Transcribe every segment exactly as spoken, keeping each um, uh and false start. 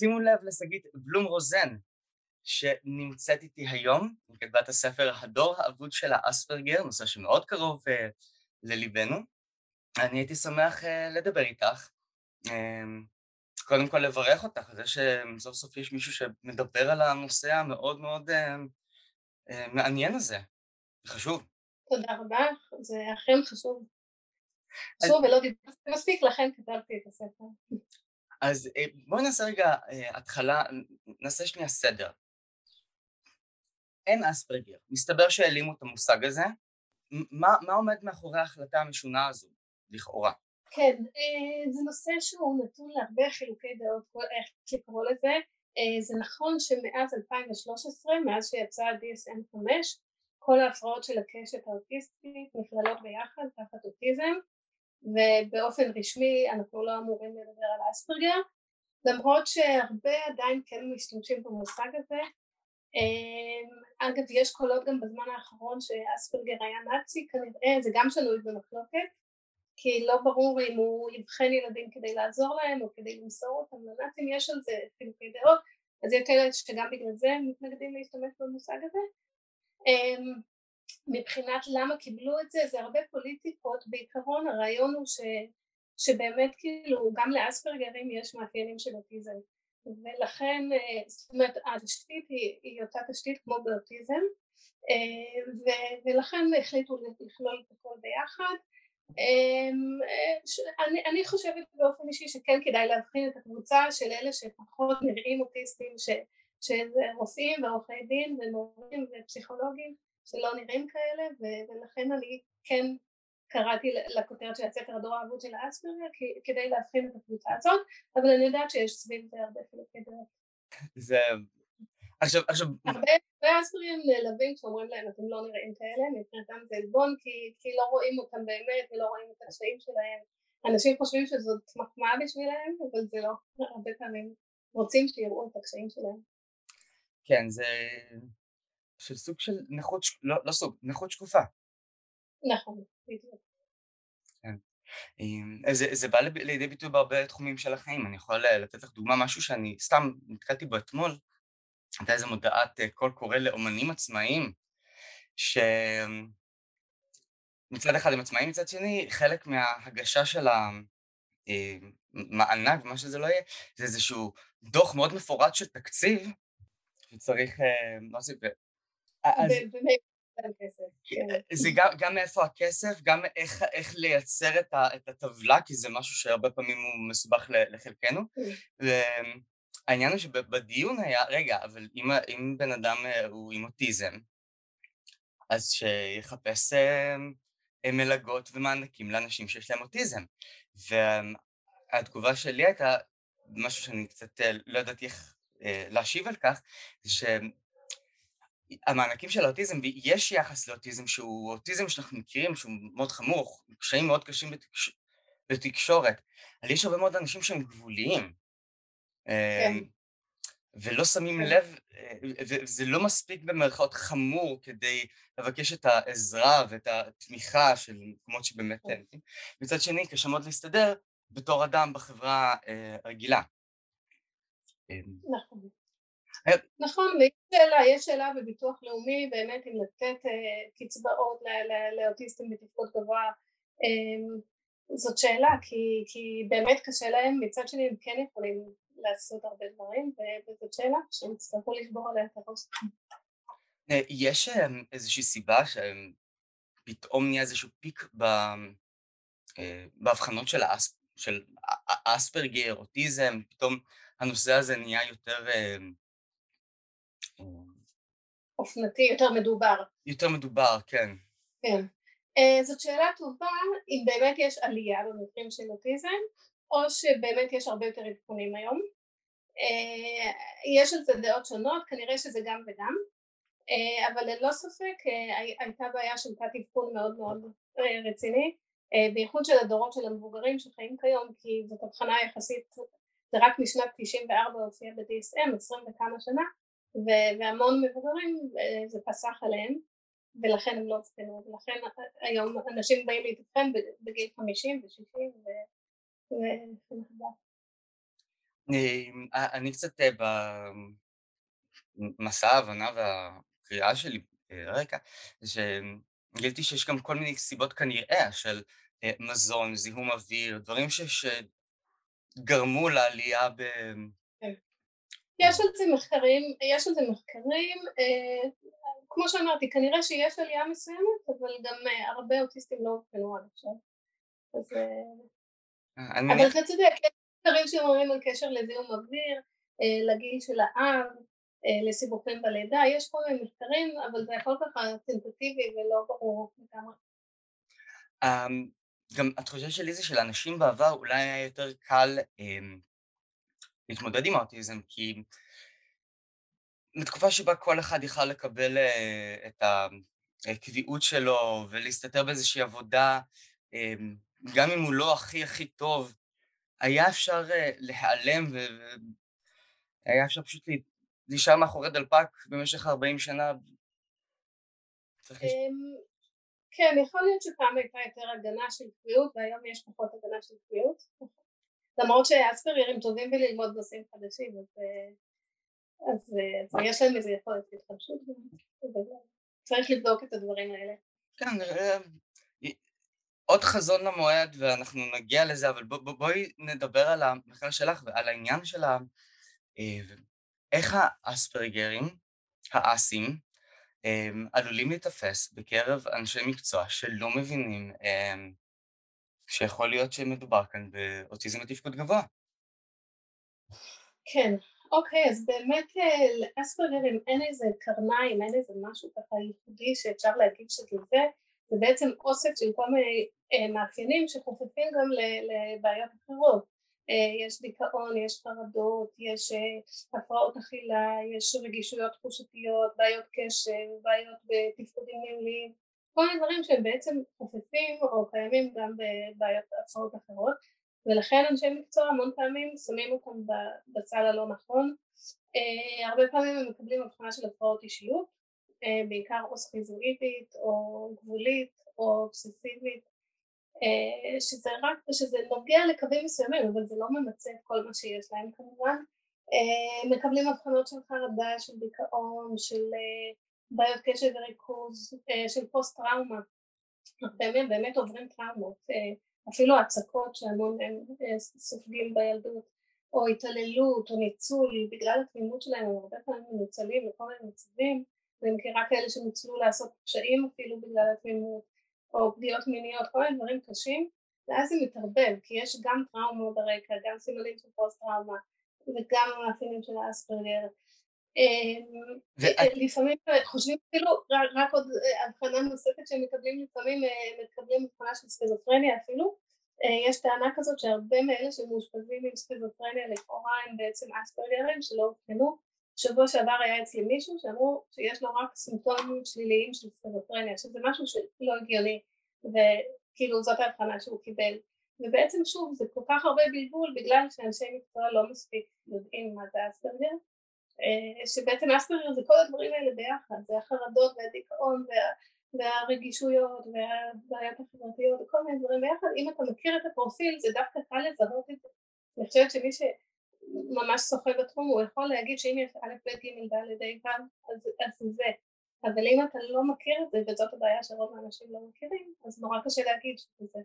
שימו לב לשגית בלום רוזן, שנמצאת איתי היום, היא כתבה את הספר הדור האבוד של האספרגר, נושא שמאוד קרוב uh, לליבנו. אני הייתי שמח uh, לדבר איתך, uh, קודם כל לברך אותך, על זה שסוף סוף יש מישהו שמדבר על הנושא המאוד מאוד uh, uh, מעניין הזה, זה חשוב. תודה רבה, זה אכן חשוב. אז, חשוב ולא דיברתי מספיק, לכן כתבתי את הספר. אז uh, בואי נעשה רגע uh, התחלה, נעשה שנייה סדר. אין אספרגר, מסתבר שהעלימו את המושג הזה, מה, מה עומד מאחורי ההחלטה המשונה הזו, לכאורה? כן, זה נושא שהוא נתון להרבה חילוקי דעות, איך לקרוא לזה. זה נכון שמאז אלפיים ושלוש עשרה, מאז שיצא די אס אם חמש, כל ההפרעות של הקשת האוטיסטית נכללות ביחד תחת אוטיזם, ובאופן רשמי אנחנו לא אמורים לדבר על אספרגר, למרות שהרבה עדיין כן משתמשים במושג הזה. אגב, יש קולות גם בזמן האחרון שאספרגר היה נאצי, כנראה זה גם שנוי במחלוקת, כי לא ברור אם הוא יבחן ילדים כדי לעזור להם או כדי למסור אותם לנאצים, יש על זה חילוקי דעות, אז יש כאלה שגם בגלל זה מתנגדים להשתמש במושג הזה. מבחינת למה קיבלו את זה, זה הרבה פוליטיקות, בעיקרון הרעיון הוא ש, שבאמת כאילו גם לאספרגרים יש מאפיינים של אוטיזם, ולכן זאת אומרת התשתית היא, היא אותה תשתית כמו באוטיזם, ו, ולכן החליטו לכלול את הכל ביחד. אני, אני חושבת באופן אישי שכן כדאי להבחין את הקבוצה של אלה שפחות נראים אוטיסטים, ש, שזה רופאים ועורכי דין ומורים ופסיכולוגים שלא נראים כאלה, ולכן אני כן קראתי לכותרת של הספר הדור האבוד של האספרגר כדי להבחין את הקבוצה הזאת, אבל אני יודעת שיש סביב זה הרבה חילוקי דעות. זה... עכשיו, עכשיו... הרבה אספרגרים נעלבים כשאומרים להם אתם לא נראים כאלה, מבחינתם זה עלבון כי, כי לא רואים אותם באמת ולא רואים את הקשיים שלהם. אנשים חושבים שזאת מחמאה בשבילם, אבל זה לא, הרבה פעמים רוצים שיראו את הקשיים שלהם. כן, זה של סוג של נכות, לא, לא סוג, נכות שקופה. נכון, בדיוק. כן. זה, זה בא לידי ביטוי בהרבה תחומים של החיים. אני יכול לתת לך דוגמה, משהו שאני סתם נתקלתי בו אתמול, הייתה איזו מודעת קול קורא לאומנים עצמאיים, שמצד אחד הם עצמאיים, מצד שני חלק מההגשה של המענק ומה שזה לא יהיה, זה איזשהו דוח מאוד מפורט של תקציב שצריך להוסיף. אז זה גם, גם מאיפה הכסף, גם איך, איך לייצר את, ה, את הטבלה, כי זה משהו שהרבה פעמים הוא מסובך לחלקנו. והעניין הוא שבדיון היה, רגע, אבל אם, אם בן אדם הוא עם אוטיזם, אז שיחפש מלגות ומענקים לאנשים שיש להם אוטיזם. והתגובה שלי הייתה, משהו שאני קצת לא ידעתי איך להשיב על כך, זה ש... המענקים של האוטיזם, ויש יחס לאוטיזם שהוא אוטיזם שאנחנו מכירים, שהוא מאוד חמור, קשיים מאוד קשים בתקש... בתקשורת, אבל יש הרבה מאוד אנשים שהם גבוליים, כן. ולא שמים לב, וזה לא מספיק במרכאות חמור כדי לבקש את העזרה ואת התמיכה של מקומות שבאמת אין. מצד שני, קשה מאוד להסתדר בתור אדם בחברה רגילה. נכון. נכון, ויש שאלה, יש שאלה בביטוח לאומי באמת אם לתת קצבאות לאוטיסטים בתפקוד גבוה, זאת שאלה כי, כי באמת קשה להם, מצד שני הם כן יכולים לעשות הרבה דברים, וזאת שאלה שהם יצטרכו לשבור עליה את הראש. יש איזושהי סיבה שפתאום נהיה איזשהו פיק בהבחנות של האספ... של אספרגר, אוטיזם, פתאום הנושא הזה נהיה יותר אופנתי, יותר מדובר. יותר מדובר, כן. כן. זאת שאלה טובה, אם באמת יש עלייה במקרים של אוטיזם, או שבאמת יש הרבה יותר עדכונים היום. יש על זה דעות שונות, כנראה שזה גם וגם, אבל ללא ספק הייתה בעיה של תת עדכון מאוד מאוד רציני, בייחוד של הדורות של המבוגרים שחיים כיום, כי זאת הבחנה יחסית, זה רק משנת תשעים וארבע הופיע ב-די אס אם, עשרים וכמה שנה, והמון מבוגרים זה פסח עליהם, ולכן הם לא צפנו, ולכן היום אנשים באים להתאבחן בגיל חמישים ושישים וכן הלאה. אמ, א אני קצת אה, במסע ההבנה והקריאה שלי אה, רקע, זה שגיליתי שיש גם כל מיני סיבות כנראה של אה, מזון, זיהום אוויר, דברים ש שגרמו לעלייה ב כן. יש על זה מחקרים, יש על זה מחקרים, אה, כמו שאמרתי, כנראה שיש עלייה מסוימת, אבל גם אה, הרבה אוטיסטים לא אובחנו עד עכשיו. אז, אה, אני אבל מניח. אתה צודק, יש מחקרים שאומרים על קשר לזיהום אוויר, אה, לגיל של האב, אה, לסיבוכים בלידה, יש כל מיני מחקרים, אבל זה הכל ככה טנטטיבי ולא ברור לגמרי. אמ, גם התחושה שלי זה שלאנשים בעבר אולי היה יותר קל אמ, להתמודד עם האוטיזם, כי בתקופה שבה כל אחד יכל לקבל אה, את הקביעות שלו ולהסתתר באיזושהי עבודה, אמ, גם אם הוא לא הכי הכי טוב, היה אפשר אה, להיעלם והיה אפשר פשוט לה- להישאר מאחורי דלפק במשך ארבעים שנה. צריך לש... אמ, כן, יכול להיות שפעם הייתה יותר הגנה של קביעות והיום יש פחות הגנה של קביעות, למרות שאספרגרים טובים בללמוד נושאים חדשים, אז, אה, אז, אה, אז יש להם איזה יכולת התחדשות, אבל צריך לבדוק את הדברים האלה. כן, אה, עוד חזון למועד ואנחנו נגיע לזה, אבל בוא, בוא, בואי נדבר על המחקר שלך ועל העניין של ה... אה, איך האספרגרים, האסים, הם עלולים להיתפס בקרב אנשי מקצוע שלא מבינים הם, שיכול להיות שמדובר כאן באוטיזם בתפקוד גבוה. כן, אוקיי, אז באמת אה, לאספרגרים אין איזה קרניים, אין איזה משהו ככה ייחודי שאפשר להגיד שזה זה, זה בעצם אוסף של כל מיני אה, מאפיינים שחופפים גם ל- לבעיות אחרות. אה, יש דיכאון, יש חרדות, יש אה, הפרעות אכילה, יש רגישויות תחושתיות, בעיות קשב, בעיות בתפקודים ניהוליים, כל מיני דברים שהם בעצם חופפים או קיימים גם בבעיות הפרעות אחרות, ולכן אנשי מקצוע המון פעמים שמים אותם בצל הלא נכון. אה, הרבה פעמים הם מקבלים הבחנה של הפרעות אישיות, אה, בעיקר או סכיזואידית או גבולית או אובססיבית, אה, שזה רק, שזה נוגע לקווים מסוימים אבל זה לא ממצה את כל מה שיש להם כמובן. אה, מקבלים הבחנות של חרדה, של דיכאון, של אה, בעיות קשב וריכוז, אה, של פוסט טראומה, הרבה מהם באמת עוברים טראומות, אה, אפילו הצקות שהמון מהם אה, סופגים בילדות, או התעללות או ניצול בגלל התמימות שלהם, הם הרבה פעמים מנוצלים לכל מיני מצבים, ואני מכירה כאלה שנוצלו לעשות פשעים אפילו בגלל התמימות, או פגיעות מיניות, כל מיני דברים קשים, ואז זה מתערבב, כי יש גם טראומה ברקע, גם סימנים של פוסט טראומה, וגם מאפיינים של האספרגר. ואת, לפעמים חושבים אפילו רק עוד הבחנה נוספת שהם מקבלים, לפעמים מקבלים הבחנה של סכיזופרניה אפילו, יש טענה כזאת שהרבה מאלה שמאושפזים עם סכיזופרניה לכאורה הם בעצם אספרגרים שלא אובחנו. שבוע שעבר היה אצלי מישהו שאמרו שיש לו רק סימפטומים שליליים של סכיזופרניה, שזה משהו שלא הגיוני, וכאילו זאת ההבחנה שהוא קיבל, ובעצם שוב זה כל כך הרבה בלבול בגלל שאנשי מקצוע לא מספיק יודעים מה זה אספרגר, שבעצם אספרגר זה כל הדברים האלה ביחד, זה החרדות והדיכאון וה, והרגישויות והבעיות החברתיות וכל מיני דברים ביחד. אם אתה מכיר את הפרופיל זה דווקא קל לזהות את זה. אני חושבת שמי שממש שוחה בתחום הוא יכול להגיד שאם יש א' ב' ג' ד' ה' ו' אז, אז זה, אבל אם אתה לא מכיר את זה וזאת הבעיה שרוב האנשים לא מכירים אז נורא קשה להגיד שזה זה.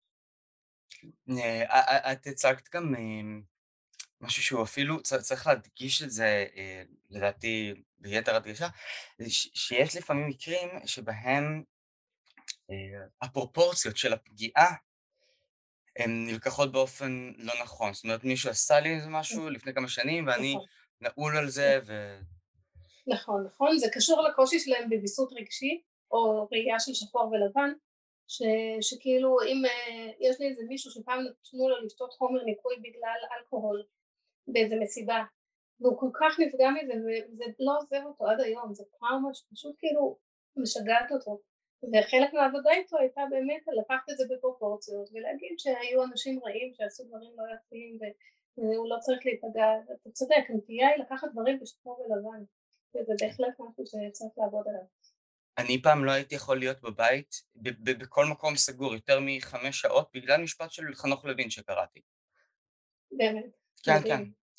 אה, אה, את הצגת גם אה, משהו שהוא אפילו, צ- צריך להדגיש את זה, אה, לדעתי ביתר הדגשה, זה ש- שיש לפעמים מקרים שבהם אה, הפרופורציות של הפגיעה הן נלקחות באופן לא נכון. זאת אומרת, מישהו עשה לי איזה משהו לפני כמה שנים ואני נכון, נעול על זה ו... נכון, נכון, זה קשור לקושי שלהם בוויסות רגשי או ראייה של שחור ולבן, ש, שכאילו אם uh, יש לי איזה מישהו שפעם נתנו לו לשתות חומר ניקוי בגלל אלכוהול באיזה מסיבה והוא כל כך נפגע מזה וזה לא עוזב אותו עד היום, זה טראומה שפשוט כאילו משגעת אותו, וחלק מהעבודה איתו הייתה באמת לקחת את זה בפרופורציות ולהגיד שהיו אנשים רעים שעשו דברים לא יפים והוא לא צריך להיפגע. אתה צודק, הנטייה היא לקחת דברים בשחור ולבן וזה בהחלט משהו שצריך לעבוד עליו. אני פעם לא הייתי יכול להיות בבית, ב- ב- בכל מקום סגור, יותר מחמש שעות, בגלל משפט של חנוך לוין שקראתי. באמת, כן, כן. מדהים.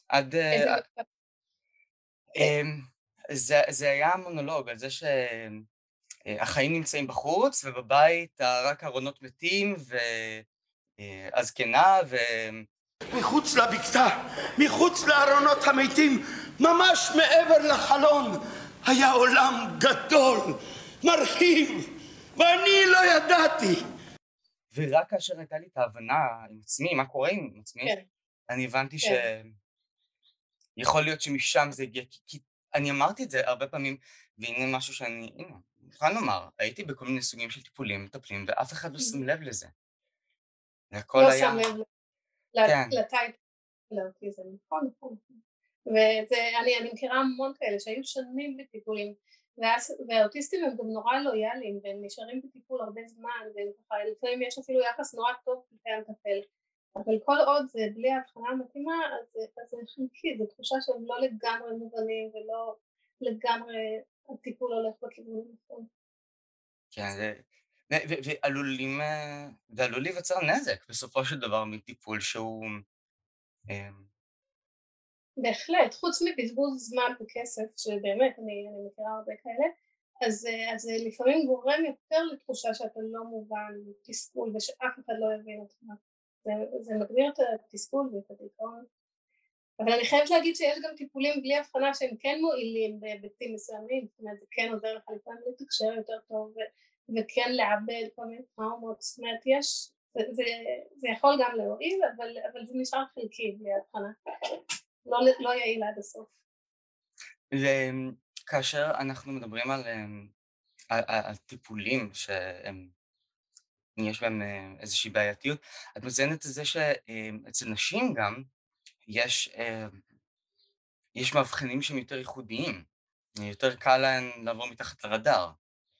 עד... איזה אה, משפט? כן. אמ, זה זה היה מונולוג על זה שהחיים נמצאים בחוץ, ובבית רק ארונות מתים, והזקנה, ו... מחוץ לבקתה, מחוץ לארונות המתים, ממש מעבר לחלון, היה עולם גדול, מרחיב, ואני לא ידעתי. ורק כאשר הייתה לי את ההבנה עם עצמי, מה קורה עם עצמי, כן, אני הבנתי כן. שיכול להיות שמשם זה הגיע, כי, כי אני אמרתי את זה הרבה פעמים, והנה משהו שאני, הנה, אני מוכן לומר, הייתי בכל מיני סוגים של טיפולים, מטפלים, ואף אחד לא שם לב לזה. והכל לא היה, שם לב כן, לטייפ של האוטיזם, נכון, נכון. ואני מכירה המון כאלה שהיו שנים בטיפולים, ואז, והאוטיסטים הם גם נורא לויאליים, והם נשארים בטיפול הרבה זמן, והם ככה, לפעמים יש אפילו יחס נורא טוב כלפי המטפל, אבל כל עוד זה בלי ההבחנה המתאימה, אז אז זה חלקי, זו תחושה שהם לא לגמרי מובנים, ולא לגמרי הטיפול הולך בכיוון הנכון. כן, זה, ו- ו- ועלולים, אה, ועלול להיווצר נזק בסופו של דבר מטיפול שהוא, אה, בהחלט, חוץ מבזבוז זמן וכסף, שבאמת אני, אני מכירה הרבה כאלה, אז, אה, אז זה לפעמים גורם יותר לתחושה שאתה לא מובן, תסכול, ושאף אחד לא יבין אותך. זה, זה מגביר את התסכול ואת הדיכאון. אבל אני חייבת להגיד שיש גם טיפולים בלי הבחנה שהם כן מועילים בהיבטים מסוימים, זאת אומרת זה כן עוזר לך לפעמים לתקשר יותר טוב ו- וכן לעבד כל מיני טראומות, זאת אומרת יש, זה, זה, זה יכול גם להועיל, אבל, אבל זה נשאר חלקי בלי הבחנה. לא, לא יעיל עד הסוף. וכאשר אנחנו מדברים על, אה, על, על על טיפולים שהם, יש בהם אה, איזושהי בעייתיות, את מציינת את זה שאצל נשים גם יש, אה, יש מאבחנים שהם יותר ייחודיים, יותר קל להן לעבור מתחת לרדאר.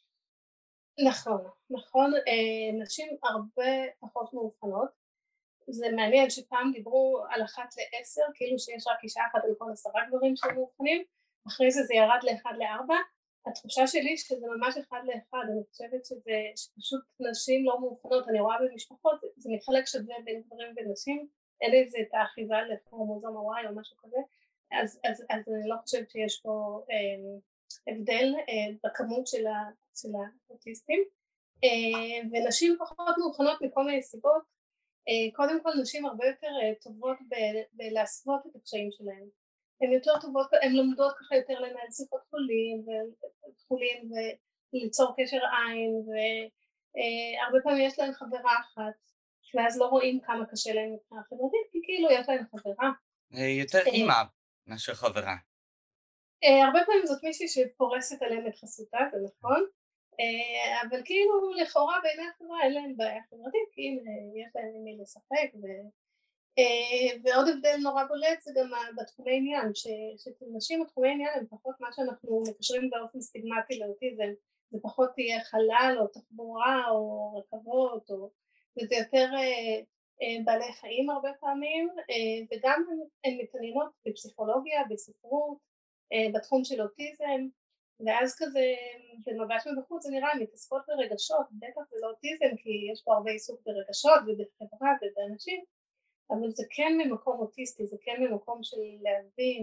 נכון, נכון, אה, נשים הרבה פחות מאובחנות, זה מעניין שפעם דיברו על אחת לעשר, כאילו שיש רק אישה אחת על כל עשרה גברים שמאובחנים, אחרי זה זה ירד לאחד לארבע, התחושה שלי שזה ממש אחד לאחד, אני חושבת שזה שפשוט נשים לא מאובחנות, אני רואה במשפחות, זה מתחלק שווה בין גברים ונשים, אין איזה את האחיזה לכרומוזום ה-Y או משהו כזה, אז, אז, אז אני לא חושבת שיש פה אה, הבדל אה, בכמות של, ה, של האוטיסטים, אה, ונשים פחות מאובחנות מכל מיני סיבות, אה, קודם כל נשים הרבה יותר אה, טובות ב- בלהסוות את הקשיים שלהן, הן יותר טובות, הן לומדות ככה יותר לנהל שיחות חולים וחולים וליצור קשר עין, והרבה פעמים יש להן חברה אחת ואז לא רואים כמה קשה להן מבחינה חברתית כי כאילו יש להן חברה. אה, יותר אה, אימא מאשר חברה. אה, הרבה פעמים זאת מישהי שפורסת עליהם את חסותה, זה נכון, אה, אבל כאילו לכאורה בעיני החברה אין להם בעיה חברתית כי הנה יש להם עם מי לשחק ו... אה, ועוד הבדל נורא בולט זה גם בתחומי עניין, שנשים בתחומי עניין הם פחות מה שאנחנו מקשרים באופן סטיגמטי לאוטיזם, זה פחות תהיה חלל או תחבורה או רכבות, או, וזה יותר אה, אה, בעלי חיים הרבה פעמים, אה, וגם הן הן מתעניינות בפסיכולוגיה, בספרות, אה, בתחום של אוטיזם, ואז כזה במבט מבחוץ זה נראה מתעסקות ברגשות, בטח זה לא אוטיזם כי יש פה הרבה עיסוק ברגשות ובחברה ובאנשים, אבל זה כן ממקום אוטיסטי, זה כן ממקום של להבין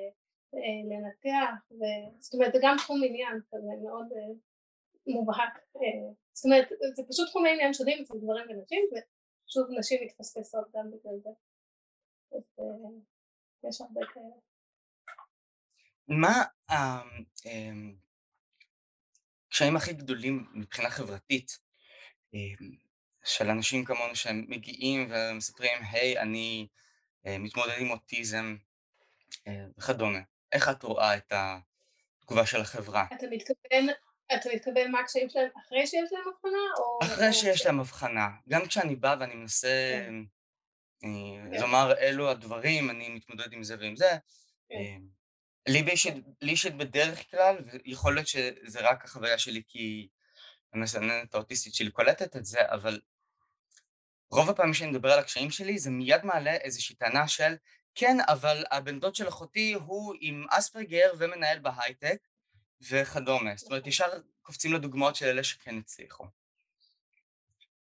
ולנתח, ו... זאת אומרת זה גם תחום עניין כזה מאוד אה, מובהק, אה, זאת אומרת זה פשוט תחומי עניין שונים אצל גברים ונשים, ושוב נשים מתפספסות גם בגלל זה, אז אה, יש הרבה כאלה. מה הקשיים הכי גדולים מבחינה חברתית אה, של אנשים כמונו שהם מגיעים ומספרים, היי, אני אה, מתמודד עם אוטיזם אה, וכדומה. איך את רואה את התגובה של החברה? אתה מתכוון, אתה מתכוון מה הקשיים שלהם אחרי שיש להם הבחנה או, אחרי או שיש כשהם... להם הבחנה, גם כשאני בא ואני מנסה כן, אה, כן, לומר אלו הדברים, אני מתמודד עם זה ועם זה, כן, אה, לי אישית, כן, לי אישית בדרך כלל, ויכול להיות שזה רק החוויה שלי כי המסננת האוטיסטית שלי קולטת את זה, אבל רוב הפעמים שאני מדבר על הקשיים שלי זה מיד מעלה איזושהי טענה של כן, אבל הבן דוד של אחותי הוא עם אספרגר ומנהל בהייטק וכדומה. זאת אומרת, נכון. ישר קופצים לדוגמאות של אלה שכן הצליחו.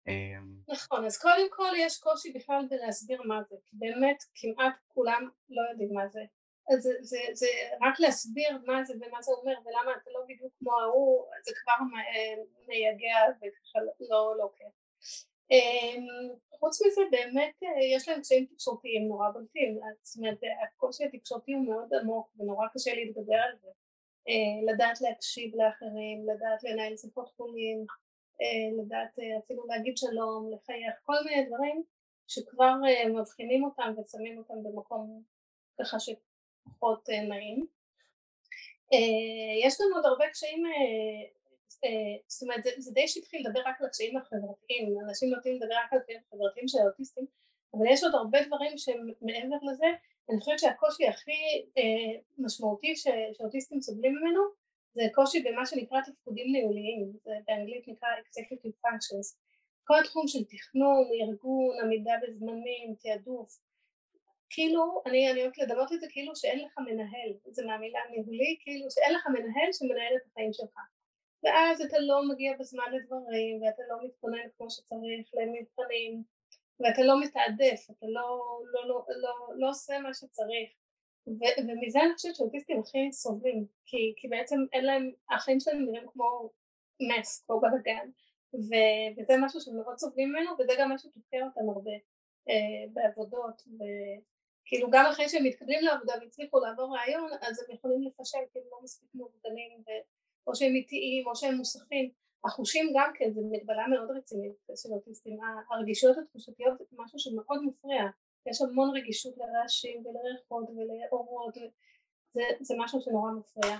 אמ, נכון, אז קודם כל יש קושי בכלל בלהסביר מה זה, כי באמת כמעט כולם לא יודעים מה זה. אז זה, זה, זה רק להסביר מה זה ומה זה אומר ולמה אתה לא בדיוק כמו ההוא, זה כבר אה, מייגע וככה לא, לא כיף. אמ, חוץ מזה באמת אה, יש להם קשיים תקשורתיים נורא בולטים, זאת אומרת הקושי התקשורתי הוא מאוד עמוק ונורא קשה להתגבר על זה. אה, לדעת להקשיב לאחרים, לדעת לנהל שיחות חולין, אה, לדעת אה, אפילו להגיד שלום, לחייך, כל מיני דברים שכבר אה, מבחינים אותם ושמים אותם במקום ככה שפחות אה, נעים. אה, יש גם עוד הרבה קשיים, אה, אה, זאת אומרת זה, זה די שטחי לדבר רק על הקשיים החברתיים, אנשים נוטים לדבר רק על הקשיים החברתיים של האוטיסטים, אבל יש עוד הרבה דברים שהם מעבר לזה. אני חושבת שהקושי הכי אה, משמעותי ש, שאוטיסטים סובלים ממנו זה קושי במה שנקרא תפקודים ניהוליים, זה באנגלית נקרא executive functions, כל התחום של תכנון, ארגון, עמידה בזמנים, תעדוף, כאילו, אני, אני אוהבת לדמות את זה כאילו שאין לך מנהל, זה מהמילה ניהולי, כאילו שאין לך מנהל שמנהל את החיים שלך, ואז אתה לא מגיע בזמן לדברים, ואתה לא מתכונן כמו שצריך למבחנים, ואתה לא מתעדף, אתה לא, לא, לא, לא, לא עושה מה שצריך, ו- ומזה אני חושבת שאוטיסטים הכי סובלים, כי, כי בעצם אין להם, החיים שלהם נראים כמו מס, כמו בלגן, ו- וזה משהו שמאוד סובלים ממנו, וזה גם משהו שתוקע אותם הרבה אה, בעבודות, וכאילו גם אחרי שהם מתקבלים לעבודה והצליחו לעבור רעיון, אז הם יכולים לפשל כי הם לא מספיק מאורגנים, ו- או שהם איטיים, או שהם מוסכים. החושים גם כן, זו מגבלה מאוד רצינית של אוטיסטים, הרגישויות התחושתיות זה משהו שמאוד מפריע, יש המון רגישות לרעשים ולריחות ולאורות, זה, זה משהו שנורא מפריע.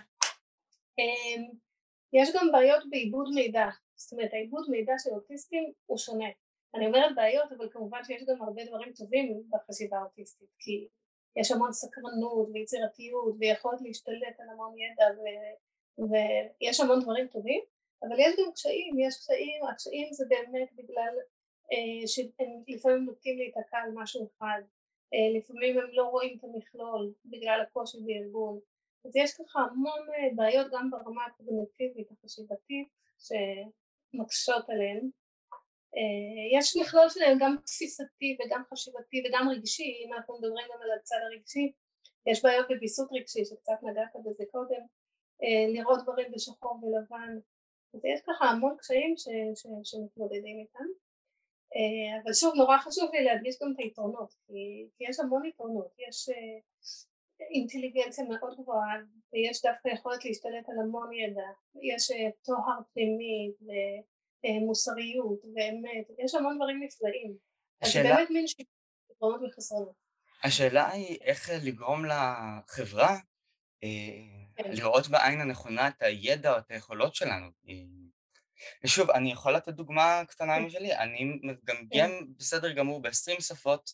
יש גם בעיות בעיבוד מידע, זאת אומרת העיבוד מידע של אוטיסטים הוא שונה, אני אומרת בעיות אבל כמובן שיש גם הרבה דברים טובים בחשיבה האוטיסטית, כי יש המון סקרנות ויצירתיות ויכולת להשתלט על המון ידע ו... ויש המון דברים טובים, אבל יש גם קשיים, יש קשיים, הקשיים זה באמת בגלל אה, שהם לפעמים נוטים להיתקע על משהו אחד, אה, לפעמים הם לא רואים את המכלול בגלל הקושי בארגון, אז יש ככה המון אה, בעיות גם ברמה הקוגניטיבית החשיבתית שמקשות עליהן. אה, יש מכלול שלהם גם תפיסתי וגם חשיבתי וגם רגשי, אם אנחנו מדברים גם על הצד הרגשי, יש בעיות בביסות רגשי שקצת נגעת בזה קודם, לראות דברים בשחור ולבן, אז יש ככה המון קשיים ש, ש, שמתמודדים איתם, אבל שוב נורא חשוב לי להדגיש גם את היתרונות, כי, כי יש המון יתרונות, יש אינטליגנציה מאוד גבוהה ויש דווקא יכולת להשתלט על המון ידע, יש תואר פנימי ומוסריות ואמת, יש המון דברים נפלאים, אז זה באמת מין יתרונות וחסרונות. השאלה היא איך לגרום לחברה לראות בעין הנכונה את הידע או את היכולות שלנו. ושוב, אני יכול לתת דוגמה קטנה משלי, אני מגמגם בסדר גמור ב-עשרים שפות.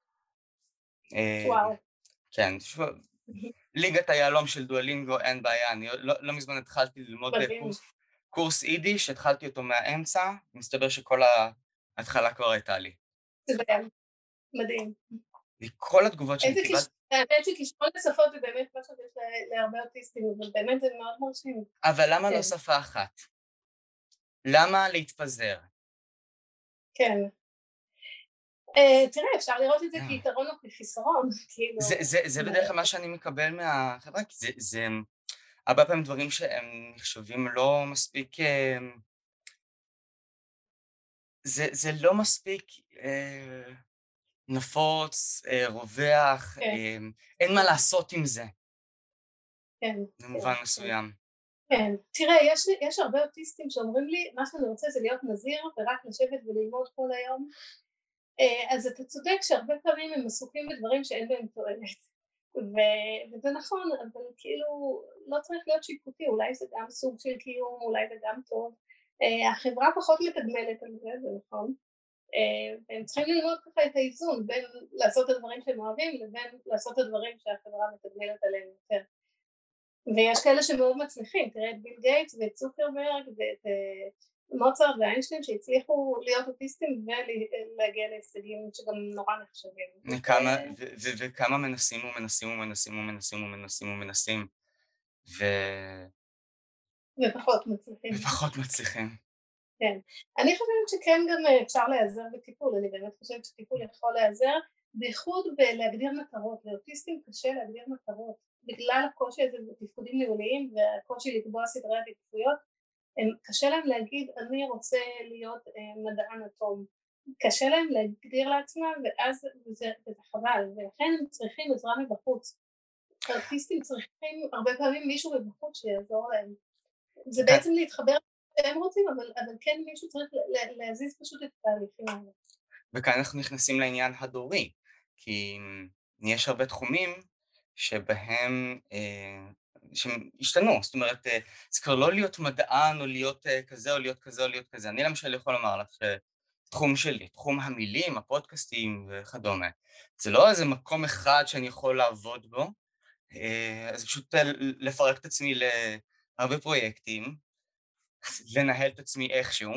וואו. כן, שוב, ליגת היהלום של דואלינגו אין בעיה, אני לא, לא מזמן התחלתי ללמוד קורס, קורס יידיש, התחלתי אותו מהאמצע, מסתבר שכל ההתחלה כבר הייתה לי. זה מדהים. וכל התגובות שאני קיבלתי... האמת שכישרון לשפות זה באמת מה שיש להרבה אוטיסטים, אבל באמת זה מאוד מרשים. אבל למה לא שפה אחת? למה להתפזר? כן. תראה, אפשר לראות את זה כיתרון או כחיסרון. זה בדרך כלל מה שאני מקבל מהחברה, כי זה הרבה פעמים דברים שהם נחשבים לא מספיק... זה לא מספיק נפוץ, רווח, אין מה לעשות עם זה. כן. במובן מסוים. כן, תראה, יש, יש הרבה אוטיסטים שאומרים לי, מה שאני רוצה זה להיות נזיר ורק לשבת וללמוד כל היום, אז אתה צודק שהרבה פעמים הם עסוקים בדברים שאין בהם תועלת, ו- וזה נכון, אבל כאילו לא צריך להיות שיפוטי, אולי זה גם סוג של קיום, אולי זה גם טוב, החברה פחות מתגמלת על זה, זה נכון, והם צריכים ללמוד ככה את האיזון בין לעשות את הדברים שהם אוהבים לבין לעשות את הדברים שהחברה מתגמלת עליהם יותר. ויש כאלה שמאוד מצליחים, תראה את ביל גייטס ואת צוקרברג ואת מוצרט ואיינשטיין שהצליחו להיות אוטיסטים ולהגיע להישגים שגם נורא נחשבים. וכמה מנסים ומנסים ומנסים ומנסים ומנסים ומנסים ו... ופחות מצליחים. ופחות מצליחים. כן. אני חושבת שכן גם אפשר להיעזר בטיפול, אני באמת חושבת שטיפול יכול להיעזר, בייחוד בלהגדיר מטרות, לאוטיסטים קשה להגדיר מטרות, בגלל הקושי הזה בתפקודים ניהוליים והקושי לקבוע סדרי עדיפויות, קשה להם להגיד אני רוצה להיות מדען אטום, קשה להם להגדיר לעצמם ואז זה, זה חבל, ולכן הם צריכים עזרה מבחוץ, אוטיסטים צריכים הרבה פעמים מישהו מבחוץ שיעזור להם, זה כאן, בעצם להתחבר שהם רוצים, אבל, אבל כן מישהו צריך להזיז פשוט את התהליכים האלה. וכאן אנחנו נכנסים לעניין הדורי, כי יש הרבה תחומים שבהם אה, שהם השתנו, זאת אומרת, אה, זה כבר לא להיות מדען או להיות אה, כזה או להיות כזה או להיות כזה. אני למשל יכול לומר לך שתחום שלי, תחום המילים, הפודקאסטים וכדומה, זה לא איזה מקום אחד שאני יכול לעבוד בו, אה, אז פשוט אה, לפרק את עצמי להרבה פרויקטים, לנהל את עצמי איכשהו,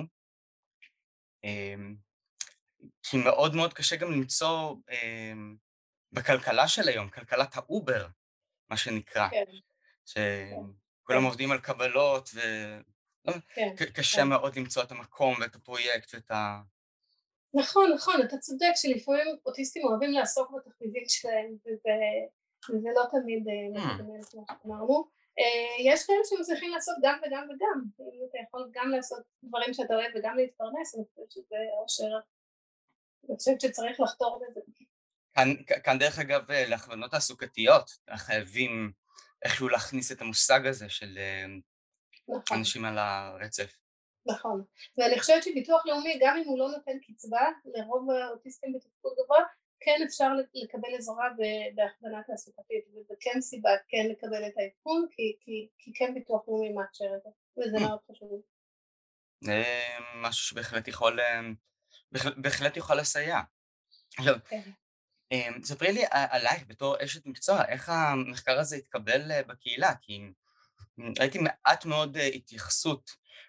אה, כי מאוד מאוד קשה גם למצוא אה, בכלכלה של היום, כלכלת האובר, מה שנקרא, כן, כן, שכולם כן, עובדים על קבלות כן, וקשה כן. מאוד למצוא את המקום ואת הפרויקט ואת ה... נכון, נכון, אתה צודק שלפעמים אוטיסטים אוהבים לעסוק בתפקידים שלהם, וזה, וזה לא תמיד Hmm, מתגמל כמו שאמרנו. יש כאלה שמצליחים לעשות גם וגם וגם, אם אתה יכול גם לעשות דברים שאתה אוהב וגם להתפרנס, אני חושבת שזה אושר, אני חושבת שצריך לחתור בזה. כאן, כאן דרך אגב להכוונות תעסוקתיות, חייבים איכשהו להכניס את המושג הזה של אה, נכון. אנשים על הרצף. נכון, ואני חושבת שביטוח לאומי גם אם הוא לא נותן קצבה לרוב האוטיסטים בתפקוד גבוה כן אפשר לקבל עזרה בהכוונה תעסוקתית וזה כן סיבה כן לקבל את העדכון כי, כי, כי כן ביטוח לאומי מאפשר את זה וזה Hmm, מאוד חשוב. זה משהו שבהחלט יכול, אה, בהחלט, בהחלט יכול לסייע. עכשיו, כן. אה, ספרי לי עלייך בתור אשת מקצוע, איך המחקר הזה התקבל אה, בקהילה, כי ראיתי מעט מאוד אה, התייחסות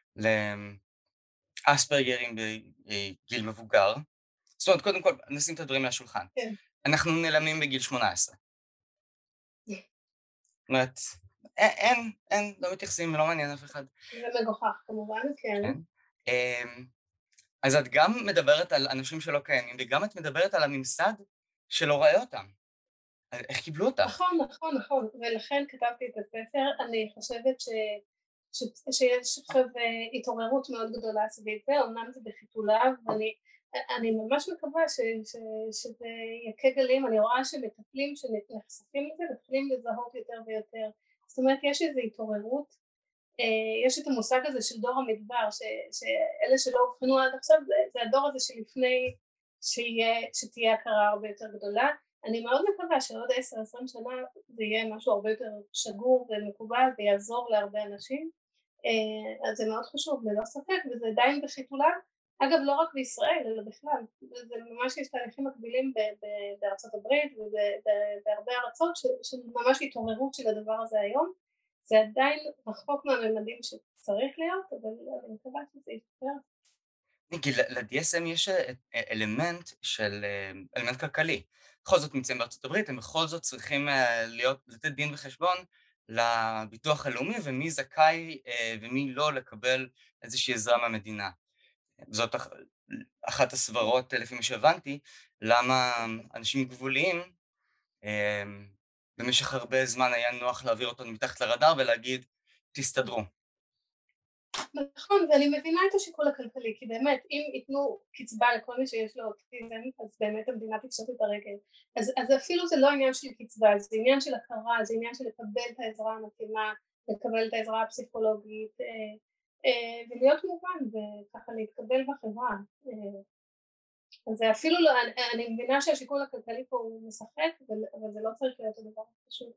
לאספרגרים בגיל מבוגר. זאת אומרת, קודם כל, נשים את הדברים מהשולחן. כן. אנחנו נעלמים בגיל שמונה עשרה. זאת אומרת, אין, אין, אין, לא מתייחסים, לא מעניין אף אחד. זה מגוחך כמובן, כן. כן. אמ, אז את גם מדברת על אנשים שלא קיימים, וגם את מדברת על הממסד שלא רואה אותם. אז איך קיבלו אותך? נכון, נכון, נכון, ולכן כתבתי את הספר, אני חושבת ש... ש... שיש עכשיו אה, התעוררות מאוד גדולה סביב זה, אמנם זה בחיתוליו, ואני אני ממש מקווה ש... ש... שזה יכה גלים, אני רואה שמטפלים שנחשפים לזה, מתחילים לזהות יותר ויותר, זאת אומרת יש איזו התעוררות, אה, יש את המושג הזה של דור המדבר, ש... שאלה שלא הובחנו עד עכשיו, זה, זה הדור הזה שלפני שיה... שתהיה הכרה הרבה יותר גדולה, אני מאוד מקווה שעוד עשר עשרים שנה זה יהיה משהו הרבה יותר שגור ומקובל ויעזור להרבה אנשים, אז זה מאוד חשוב ללא ספק וזה עדיין בחיתוליו, אגב לא רק בישראל אלא בכלל, זה ממש יש תהליכים מקבילים בארצות הברית ובהרבה ארצות שממש התעוררות של הדבר הזה היום, זה עדיין רחוק מהממדים שצריך להיות אבל אני מקווה שזה יתפר. כי ל-די אס אם יש אלמנט של, אלמנט כלכלי. בכל זאת נמצאים בארצות הברית, הם בכל זאת צריכים להיות, לתת דין וחשבון לביטוח הלאומי, ומי זכאי ומי לא לקבל איזושהי עזרה מהמדינה. זאת אח- אחת הסברות, לפי מה שהבנתי, למה אנשים גבוליים, במשך הרבה זמן היה נוח להעביר אותו מתחת לרדאר ולהגיד, תסתדרו. נכון, ואני מבינה את השיקול הכלכלי, כי באמת אם ייתנו קצבה לכל מי שיש לו אוטיזם, אז באמת המדינה תפשוט את הרגל. אז, אז אפילו זה לא עניין של קצבה, זה עניין של הכרה, זה עניין של לקבל את העזרה המתאימה, לקבל את העזרה הפסיכולוגית, אה, אה, ולהיות מובן וככה להתקבל בחברה. אה, אז זה אפילו לא, אני, אני מבינה שהשיקול הכלכלי פה הוא משחק, אבל, אבל זה לא צריך להיות הדבר פשוט.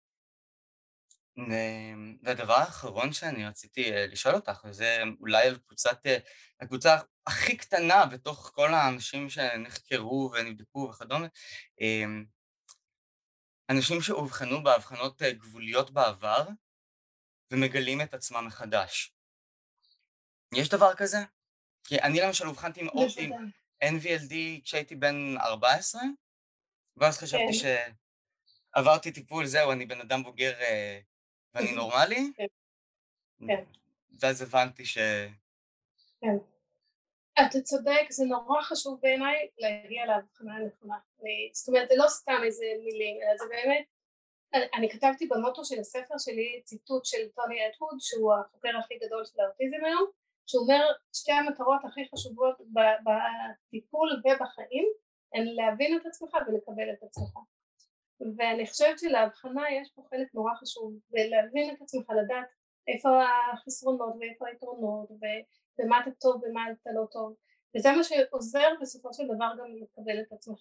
ו- והדבר האחרון שאני רציתי אה, לשאול אותך, וזה אולי על קבוצת, אה, הקבוצה הכי קטנה בתוך כל האנשים שנחקרו ונבדקו וכדומה, אה, אנשים שאובחנו בהבחנות אה, גבוליות בעבר ומגלים את עצמם מחדש. יש דבר כזה? כי אני למשל אובחנתי עם, אור- עם בוודאי. אן וי אל די כשהייתי בן ארבע עשרה, ואז חשבתי כן, שעברתי טיפול, זהו, אני בן אדם בוגר אה, ואני נורמלי, כן, כן. ואז הבנתי ש... כן. אתה צודק, זה נורא חשוב בעיניי להגיע להבחנה הנכונה. אני- זאת אומרת, זה לא סתם איזה מילים, אלא זה באמת, אני, אני כתבתי במוטו של הספר שלי ציטוט של טוני אטווד, שהוא החוקר הכי גדול של האוטיזם היום, שהוא אומר שתי המטרות הכי חשובות ב- בטיפול ובחיים הן להבין את עצמך ולקבל את עצמך. ואני חושבת שלהבחנה יש פה חלק נורא חשוב, ולהבין את עצמך, לדעת איפה החסרונות ואיפה היתרונות ובמה אתה טוב ומה אתה לא טוב, וזה מה שעוזר בסופו של דבר גם לקבל את עצמך.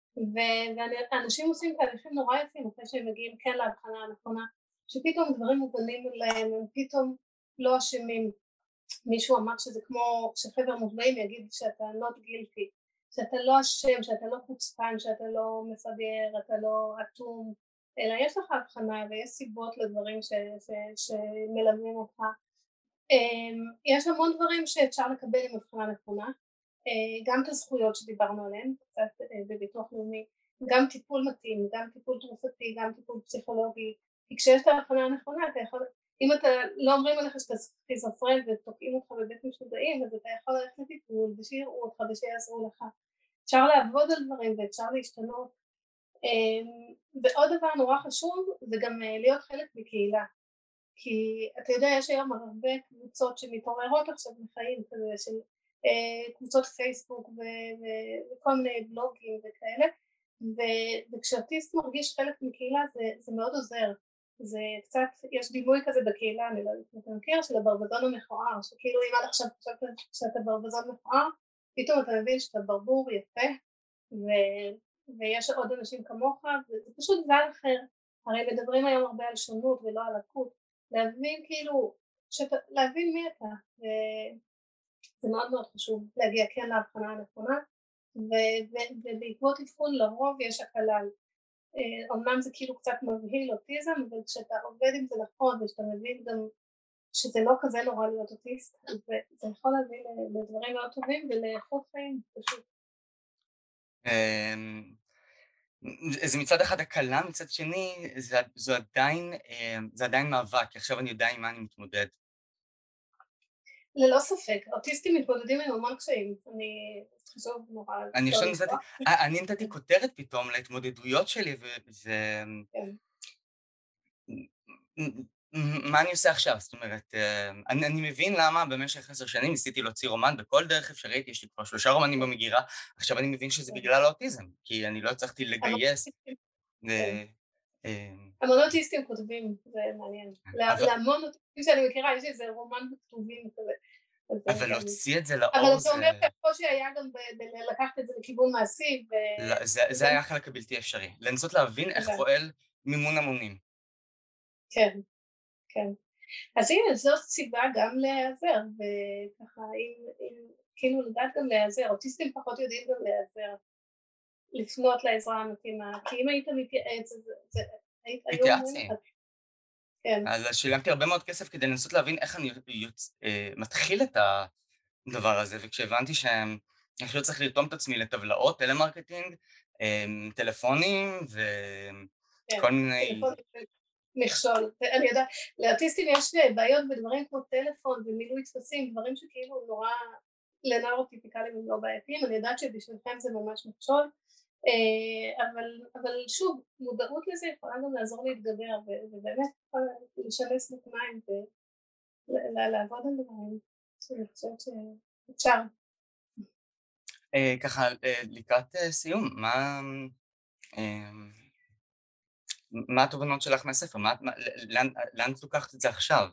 ואנשים עושים תהליכים נורא יפים אחרי שהם מגיעים כן להבחנה הנכונה, שפתאום דברים מובנים להם, הם פתאום לא אשמים. מישהו אמר שזה כמו שחבר מושבעים יגיד שאתה not guilty, שאתה לא אשם, שאתה לא חוצפן, שאתה לא מפגר, אתה לא אטום, אלא יש לך הבחנה ויש סיבות לדברים ש, ש, שמלווים אותך. יש המון דברים שאפשר לקבל עם הבחנה נכונה, גם את הזכויות שדיברנו עליהן קצת בביטוח לאומי, גם טיפול מתאים, גם טיפול תרופתי, גם טיפול פסיכולוגי, כי כשיש את ההבחנה הנכונה אתה יכול, אם אתה לא אומרים עליך שאתה סכיזופרן ותוקעים אותך בבית משוגעים, אז אתה יכול ללכת לטיפול ושיראו אותך ושיעזרו לך, אפשר לעבוד על דברים ואפשר להשתנות. ועוד דבר נורא חשוב זה גם להיות חלק מקהילה, כי אתה יודע יש היום הרבה קבוצות שמתעוררות עכשיו מחיים כזה של קבוצות פייסבוק וכל מיני בלוגים וכאלה, וכשאוטיסט מרגיש חלק מקהילה זה, זה מאוד עוזר. זה קצת, יש דימוי כזה בקהילה, אני לא יודעת אם אתה מכיר, של הברווזון המכוער, שכאילו אם עד עכשיו חשבת שאתה ברווזון מכוער, פתאום אתה מבין שאתה ברבור יפה ו... ויש עוד אנשים כמוך, וזה פשוט זל אחר. הרי מדברים היום הרבה על שונות ולא על לקות, להבין כאילו, שאת... להבין מי אתה, וזה מאוד מאוד חשוב להגיע כן להבחנה הנכונה, ו... ו... ובעקבות אבחון לרוב יש הקלה. אמנם זה כאילו קצת מבהיל אוטיזם, אבל כשאתה עובד עם זה נכון ושאתה מבין גם שזה לא כזה נורא להיות אוטיסט, זה יכול להביא לדברים מאוד טובים ולאיכות חיים פשוט. זה מצד אחד הקלה, מצד שני זה, זה עדיין, זה עדיין מאבק, כי עכשיו אני יודע עם מה אני מתמודד. ללא ספק, אוטיסטים מתמודדים עם המון קשיים, אני חשוב נורא... אני חושב נתתי, אני נתתי כותרת פתאום להתמודדויות שלי, וזה... מה אני עושה עכשיו? זאת אומרת, אני, אני מבין למה במשך עשר שנים ניסיתי להוציא רומן בכל דרך אפשרית, יש לי כבר שלושה רומנים במגירה, עכשיו אני מבין שזה בגלל האוטיזם, כי אני לא הצלחתי לגייס. המון אוטיסטים כותבים, זה מעניין. להמון אוטיסטים שאני מכירה, יש איזה רומן בכתובים כזה. אבל להוציא את זה לאור זה... אבל זה... אתה אומר שהקושי היה גם לקחת את זה לכיוון מעשי ו... זה היה החלק הבלתי אפשרי, לנסות להבין איך פועל מימון המונים. כן, כן. אז הנה, זאת סיבה גם להיעזר, וככה, כאילו לדעת גם להיעזר, אוטיסטים פחות יודעים גם להיעזר, לפנות לעזרה המתאימה, כי אם היית מתייעץ, זה... התייעצתי. אז שילמתי הרבה מאוד כסף כדי לנסות להבין איך אני מתחיל את הדבר הזה, וכשהבנתי שאני לא צריך לרתום את עצמי לטבלאות, טלמרקטינג, טלפונים וכל מיני... מכשול. אני יודעת, לאוטיסטים יש בעיות בדברים כמו טלפון ומילוי טפסים, דברים שכאילו נורא לנוירוטיפיקלים הם לא בעייתיים, אני יודעת שבשבילכם זה ממש מכשול, אבל, אבל שוב, מודעות לזה יכולה גם לעזור להתגבר, ובאמת לשנס נקניים ולעבוד על דברים, שאני חושבת שאפשר. ככה, לקראת סיום, מה... מה התובנות שלך מהספר? מה, מה, לאן, לאן את לוקחת את זה עכשיו?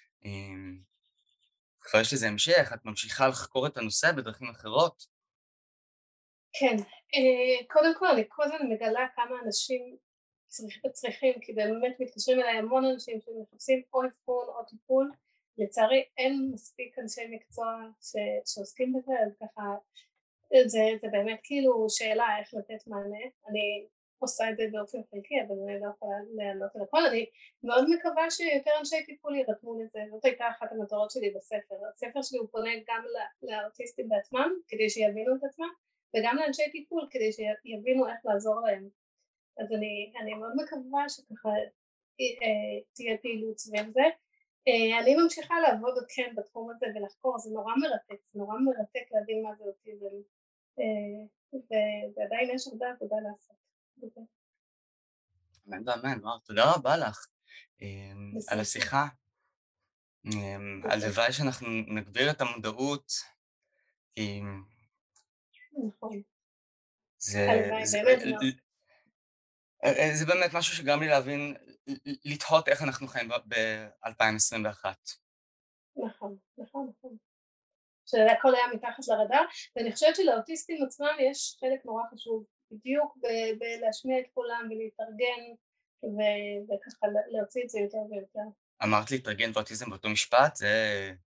כבר יש לזה המשך, את ממשיכה לחקור את הנושא בדרכים אחרות? כן, קודם כל אני כל הזמן מגלה כמה אנשים צריכים, צריכים, כי באמת מתקשרים אליי המון אנשים שמחפשים או אבחון או טיפול, לצערי אין מספיק אנשי מקצוע ש, שעוסקים בזה, אז ככה זה, זה באמת כאילו שאלה איך לתת מענה, אני עושה את זה באופן חלקי, אבל אני לא יכולה לענות על הכל, אני מאוד מקווה שיותר אנשי טיפול ירתמו לזה, זאת הייתה אחת המטרות שלי בספר, הספר שלי הוא פונה גם לאוטיסטים בעצמם, כדי שיבינו את עצמם, וגם לאנשי טיפול, כדי שיבינו איך לעזור להם, אז אני, אני מאוד מקווה שככה תהיה פעילות סביב זה, אה, אני ממשיכה לעבוד עוד כן בתחום הזה ולחקור, זה נורא מרתק, זה נורא מרתק להבין מה זה אוטיזם, אה, ו- ועדיין יש הרבה עבודה לעשות. בזה. אמן ואמן, וואו, תודה רבה לך אמ, על בשמחה, השיחה. אמ, בשמחה, הלוואי שאנחנו נגביר את המודעות, כי נכון, זה, הלוואי, זה, באמת זה מאוד, אה, זה באמת משהו שגרם לי להבין, לתהות איך אנחנו חיים ב-אלפיים עשרים ואחת. נכון, נכון, נכון. שהכל היה מתחת לרדאר, ואני חושבת שלאוטיסטים עצמם יש חלק נורא חשוב בדיוק ב- בלהשמיע את קולם ולהתארגן ו- וככה לה- להוציא את זה יותר ויותר. אמרת להתארגן ואוטיזם באותו משפט, זה...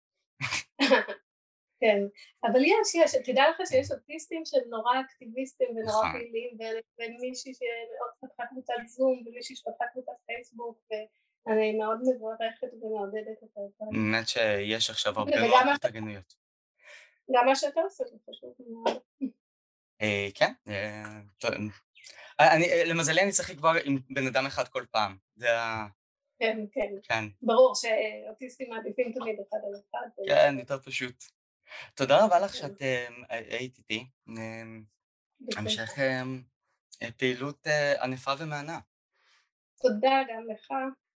כן, אבל יש, יש, תדע לך שיש אוטיסטים שהם נורא אקטיביסטים ונורא נכון. פעילים, ו- ומישהי שעוד פתחה קבוצת זום ומישהי שפתחה קבוצת פייסבוק, ואני מאוד מברכת ומעודדת את הדברים. באמת שיש עכשיו הרבה מאוד וגם מה, התארגנויות. גם מה שאתה עושה זה חשוב מאוד. אה, כן, אה, טוב, אה, אני, אה, למזלי אני צריך לקבוע עם בן אדם אחד כל פעם. זה ה... כן, כן. כן, ברור שאוטיסטים מעדיפים תמיד אחד על אחד. כן, ולא- יותר פשוט. תודה רבה לך כן, שאת אה, היית איתי. אה, בשמחה. המשך אה, פעילות אה, ענפה ומהנה. תודה גם לך.